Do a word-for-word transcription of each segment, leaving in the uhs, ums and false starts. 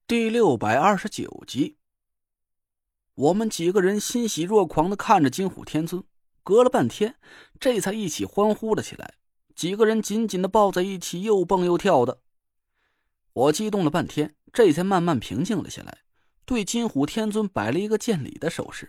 第六百二十九集，我们几个人欣喜若狂地看着金虎天尊，隔了半天，这才一起欢呼了起来。几个人紧紧地抱在一起，又蹦又跳的。我激动了半天，这才慢慢平静了下来，对金虎天尊摆了一个见礼的手势。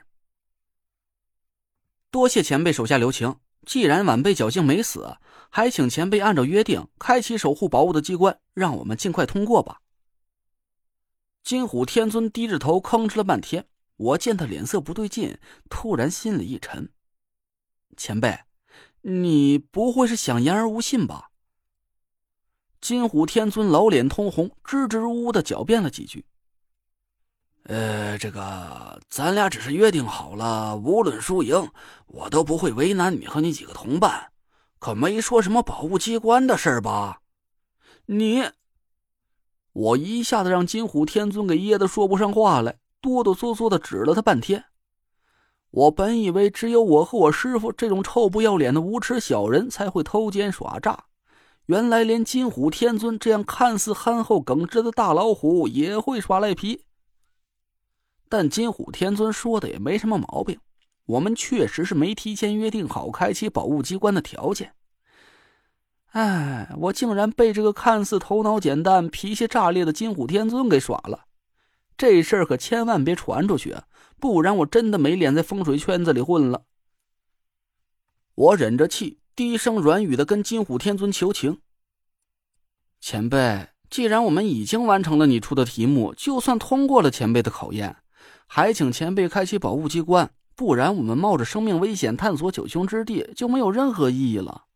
多谢前辈手下留情，既然晚辈侥幸没死，还请前辈按照约定开启守护宝物的机关，让我们尽快通过吧。金虎天尊低着头吭哧了半天，我见他脸色不对劲，突然心里一沉。前辈，你不会是想言而无信吧？金虎天尊老脸通红，支支吾吾的狡辩了几句。呃，这个咱俩只是约定好了，无论输赢，我都不会为难你和你几个同伴，可没说什么宝物机关的事儿吧？你……我一下子让金虎天尊给噎得说不上话来，哆哆嗦嗦的指了他半天。我本以为只有我和我师父这种臭不要脸的无耻小人才会偷奸耍诈，原来连金虎天尊这样看似憨厚耿直的大老虎也会耍赖皮。但金虎天尊说的也没什么毛病，我们确实是没提前约定好开启宝物机关的条件。哎，我竟然被这个看似头脑简单、脾气炸裂的金虎天尊给耍了。这事儿可千万别传出去啊，不然我真的没脸在风水圈子里混了。我忍着气，低声软语的跟金虎天尊求情。前辈，既然我们已经完成了你出的题目，就算通过了前辈的考验，还请前辈开启宝物机关，不然我们冒着生命危险探索九凶之地就没有任何意义了。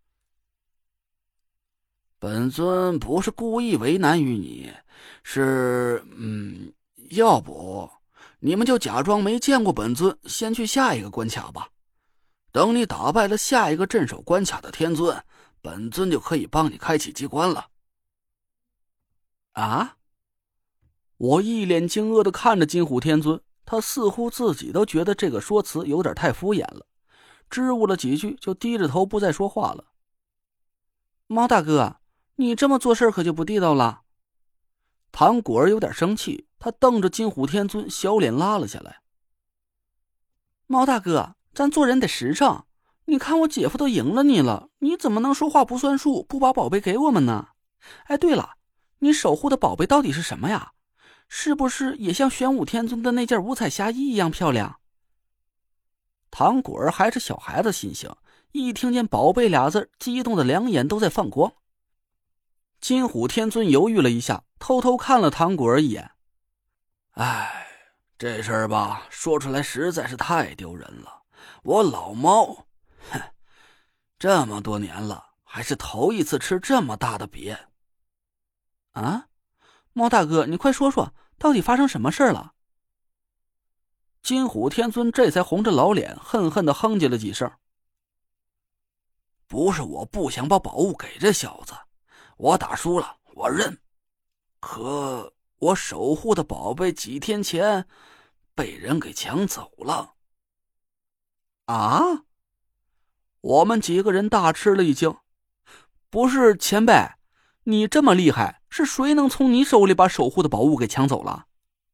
本尊不是故意为难于你，是……嗯，要不你们就假装没见过本尊，先去下一个关卡吧。等你打败了下一个镇守关卡的天尊，本尊就可以帮你开启机关了。啊？我一脸惊愕地看着金虎天尊，他似乎自己都觉得这个说辞有点太敷衍了，支吾了几句就低着头不再说话了。猫大哥，你这么做事可就不地道了。唐果儿有点生气，他瞪着金虎天尊，小脸拉了下来。猫大哥，咱做人得实诚，你看我姐夫都赢了你了，你怎么能说话不算数，不把宝贝给我们呢？哎，对了，你守护的宝贝到底是什么呀？是不是也像玄武天尊的那件五彩霞衣一样漂亮？唐果儿还是小孩子心性，一听见宝贝俩字，激动的两眼都在放光。金虎天尊犹豫了一下，偷偷看了唐果儿一眼。哎，这事儿吧，说出来实在是太丢人了。我老猫，哼，这么多年了，还是头一次吃这么大的瘪。啊，猫大哥，你快说说，到底发生什么事了？金虎天尊这才红着老脸，恨恨地哼唧了几声。不是我不想把宝物给这小子，我打输了，我认。可我守护的宝贝几天前被人给抢走了。啊！我们几个人大吃了一惊。不是前辈，你这么厉害，是谁能从你手里把守护的宝物给抢走了？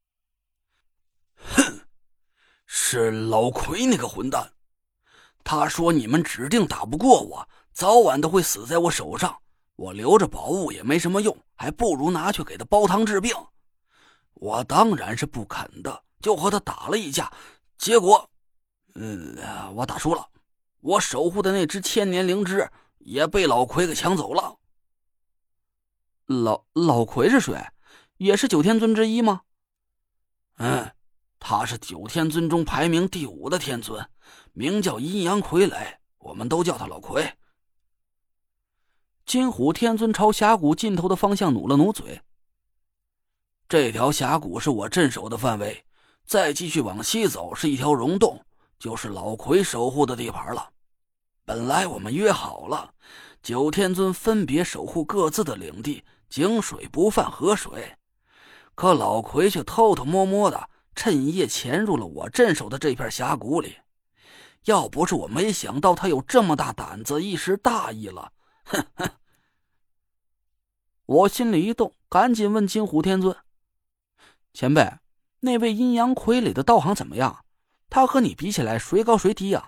哼，是老奎那个混蛋。他说你们指定打不过我，早晚都会死在我手上，我留着宝物也没什么用，还不如拿去给他煲汤治病。我当然是不肯的，就和他打了一架，结果嗯，我打输了，我守护的那只千年灵芝也被老奎给抢走了。老老奎是谁？也是九天尊之一吗？嗯，他是九天尊中排名第五的天尊，名叫阴阳傀儡，我们都叫他老奎。金虎天尊朝峡谷尽头的方向努了努嘴。这条峡谷是我镇守的范围，再继续往西走是一条溶洞，就是老奎守护的地盘了。本来我们约好了，九天尊分别守护各自的领地，井水不犯河水。可老奎却偷偷摸摸的趁夜潜入了我镇守的这片峡谷里。要不是我没想到他有这么大胆子，一时大意了，哼哼。我心里一动，赶紧问金虎天尊： 前辈，那位阴阳傀儡的道行怎么样？他和你比起来，谁高谁低呀？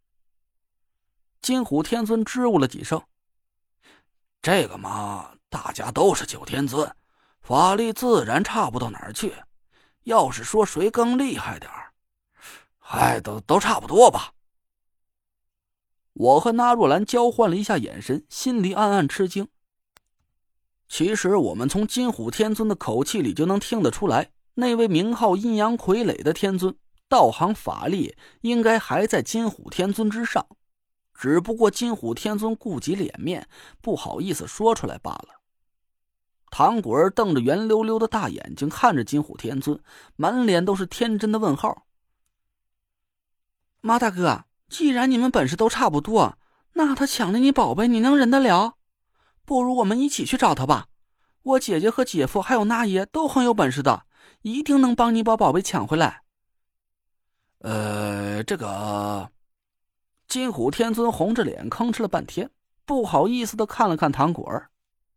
金虎天尊支吾了几声。 这个嘛，大家都是九天尊，法力自然差不到哪儿去。要是说谁更厉害点儿，哎，都都差不多吧。 我和纳若兰交换了一下眼神，心里暗暗吃惊。其实我们从金虎天尊的口气里就能听得出来，那位名号阴阳傀儡的天尊道行法力应该还在金虎天尊之上，只不过金虎天尊顾及脸面，不好意思说出来罢了。唐果儿瞪着圆溜溜的大眼睛看着金虎天尊，满脸都是天真的问号。马大哥，既然你们本事都差不多，那他抢了你宝贝，你能忍得了？不如我们一起去找他吧。我姐姐和姐夫还有那爷都很有本事的，一定能帮你把宝贝抢回来。 呃，这个…… 金虎天尊红着脸吭哧了半天，不好意思的看了看唐果儿。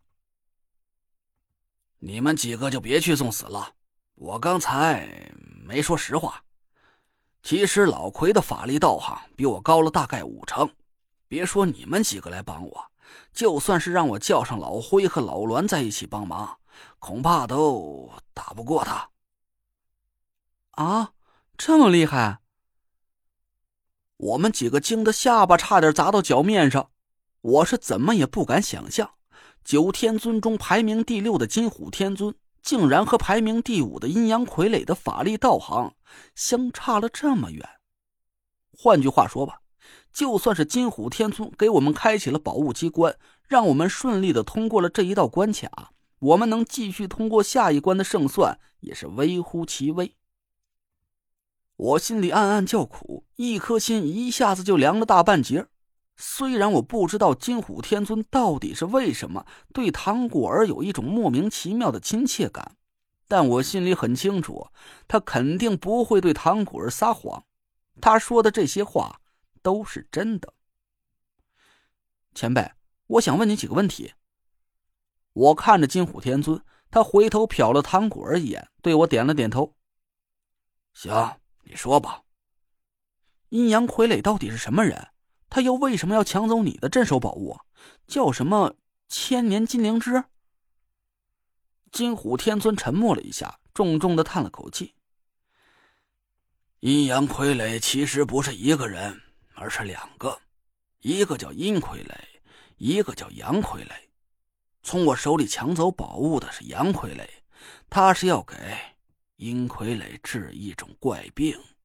你们几个就别去送死了，我刚才没说实话。其实老奎的法力道行比我高了大概五成，别说你们几个来帮我，就算是让我叫上老辉和老栾在一起帮忙，恐怕都打不过他。 啊，这么厉害？我们几个惊得下巴差点砸到脚面上。我是怎么也不敢想象，九天尊中排名第六的金虎天尊竟然和排名第五的阴阳傀儡的法力道行相差了这么远。换句话说吧，就算是金虎天尊给我们开启了宝物机关，让我们顺利的通过了这一道关卡，我们能继续通过下一关的胜算也是微乎其微。我心里暗暗叫苦，一颗心一下子就凉了大半截。虽然我不知道金虎天尊到底是为什么对唐果儿有一种莫名其妙的亲切感，但我心里很清楚，他肯定不会对唐果儿撒谎，他说的这些话都是真的。前辈，我想问你几个问题。我看着金虎天尊，他回头瞟了唐果儿一眼，对我点了点头。 行，你说吧。 阴阳傀儡到底是什么人？他又为什么要抢走你的镇守宝物？叫什么千年金灵芝？金虎天尊沉默了一下，重重的叹了口气。 阴阳傀儡其实不是一个人，而是两个，一个叫阴傀儡，一个叫阳傀儡。从我手里抢走宝物的是阳傀儡，他是要给阴傀儡治一种怪病。